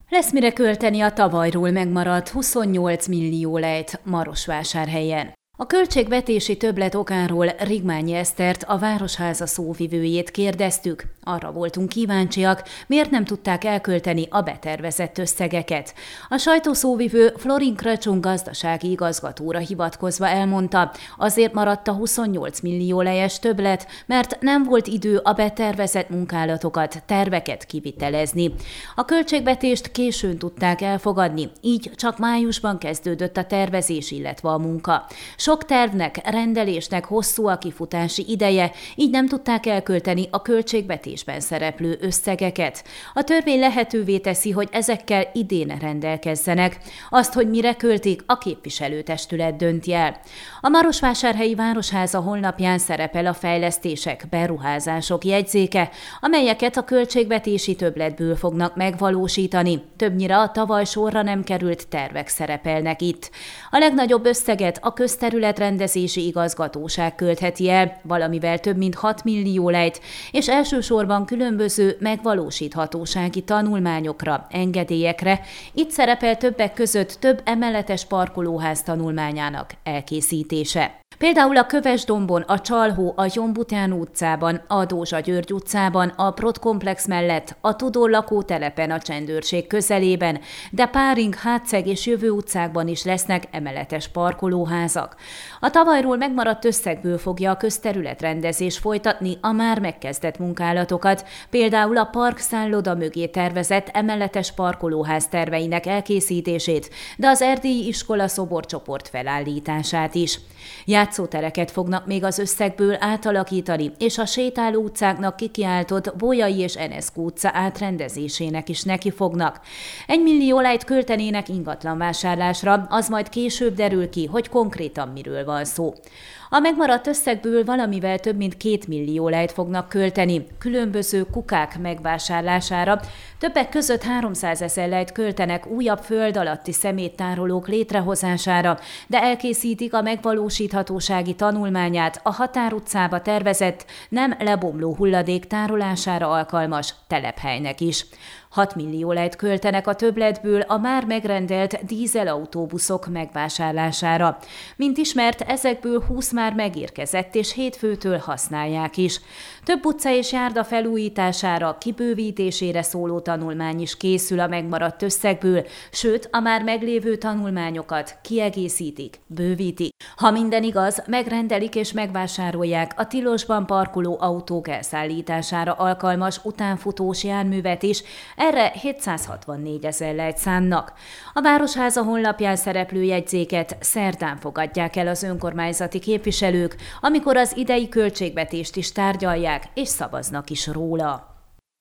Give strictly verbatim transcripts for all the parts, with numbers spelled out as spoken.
Lesz mire költeni a tavalyról megmaradt huszonnyolc millió lejt Marosvásárhelyen. A költségvetési többlet okáról Rigmányi Esztert, a Városháza szóvivőjét kérdeztük. Arra voltunk kíváncsiak, miért nem tudták elkölteni a betervezett összegeket. A sajtószóvivő Florin Kracsung gazdasági igazgatóra hivatkozva elmondta, azért maradt a huszonnyolc millió lejes többlet, mert nem volt idő a betervezett munkálatokat, terveket kivitelezni. A költségvetést későn tudták elfogadni, így csak májusban kezdődött a tervezés, illetve a munka. Sok tervnek, rendelésnek hosszú a kifutási ideje, így nem tudták elkölteni a költségvetésben szereplő összegeket. A törvény lehetővé teszi, hogy ezekkel idén rendelkezzenek. Azt, hogy mire költik, a képviselőtestület dönti el. A Marosvásárhelyi Városháza honlapján szerepel a fejlesztések, beruházások jegyzéke, amelyeket a költségvetési többletből fognak megvalósítani. Többnyire a tavaly sorra nem került tervek szerepelnek itt. A legnagyobb összeget a közterületrendezési igazgatóság költheti el, valamivel több mint hat millió lejt, és elsősorban különböző megvalósíthatósági tanulmányokra, engedélyekre. Itt szerepel többek között több emeletes parkolóház tanulmányának elkészítése. Például a Kövesdombon, a Csalhó, a Jombután utcában, a Dózsa György utcában, a Protkomplex mellett, a Tudor lakótelepen, a Csendőrség közelében, de Páring, Hátszeg és Jövő utcákban is lesznek emeletes parkolóházak. A tavalyról megmaradt összegből fogja a közterületrendezés folytatni a már megkezdett munkálatokat, például a parkszálloda mögé tervezett emeletes parkolóház terveinek elkészítését, de az erdélyi iskola szoborcsoport felállítását is. Játszótereket fognak még az összegből átalakítani, és a sétáló utcáknak kikiáltott Bolyai és Eneszkó utca átrendezésének is neki fognak. Egy millió lejt költenének ingatlanvásárlásra, az majd később derül ki, hogy konkrétan miről van szó. A megmaradt összegből valamivel több mint két millió lejt fognak költeni különböző kukák megvásárlására, többek között háromszázezer lejt költenek újabb föld alatti szeméttárolók létrehozására, de elkészítik a megvalósíthatósági tanulmányát a Határ utcába tervezett, nem lebomló hulladék tárolására alkalmas telephelynek is. hat millió lejt költenek a többletből a már megrendelt dízelautóbuszok megvásárlására. Mint ismert, ezekből húsz már megérkezett, és hétfőtől használják is. Több utca és járda felújítására, kibővítésére szóló tanulmány is készül a megmaradt összegből, sőt, a már meglévő tanulmányokat kiegészítik, bővítik. Ha minden igaz, megrendelik és megvásárolják a tilosban parkoló autók elszállítására alkalmas utánfutós járművet is, erre hétszázhatvannégy ezer lejt szánnak. A Városháza honlapján szereplő jegyzéket szerdán fogadják el az önkormányzati képviselők, amikor az idei költségvetést is tárgyalják, és szavaznak is róla.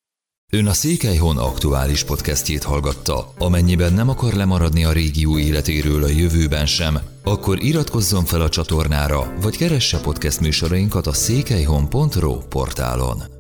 Ön a Székelyhon aktuális podcastjét hallgatta. Amennyiben nem akar lemaradni a régió életéről a jövőben sem, akkor iratkozzon fel a csatornára, vagy keresse podcast műsorainkat a székelyhon pont ro portálon.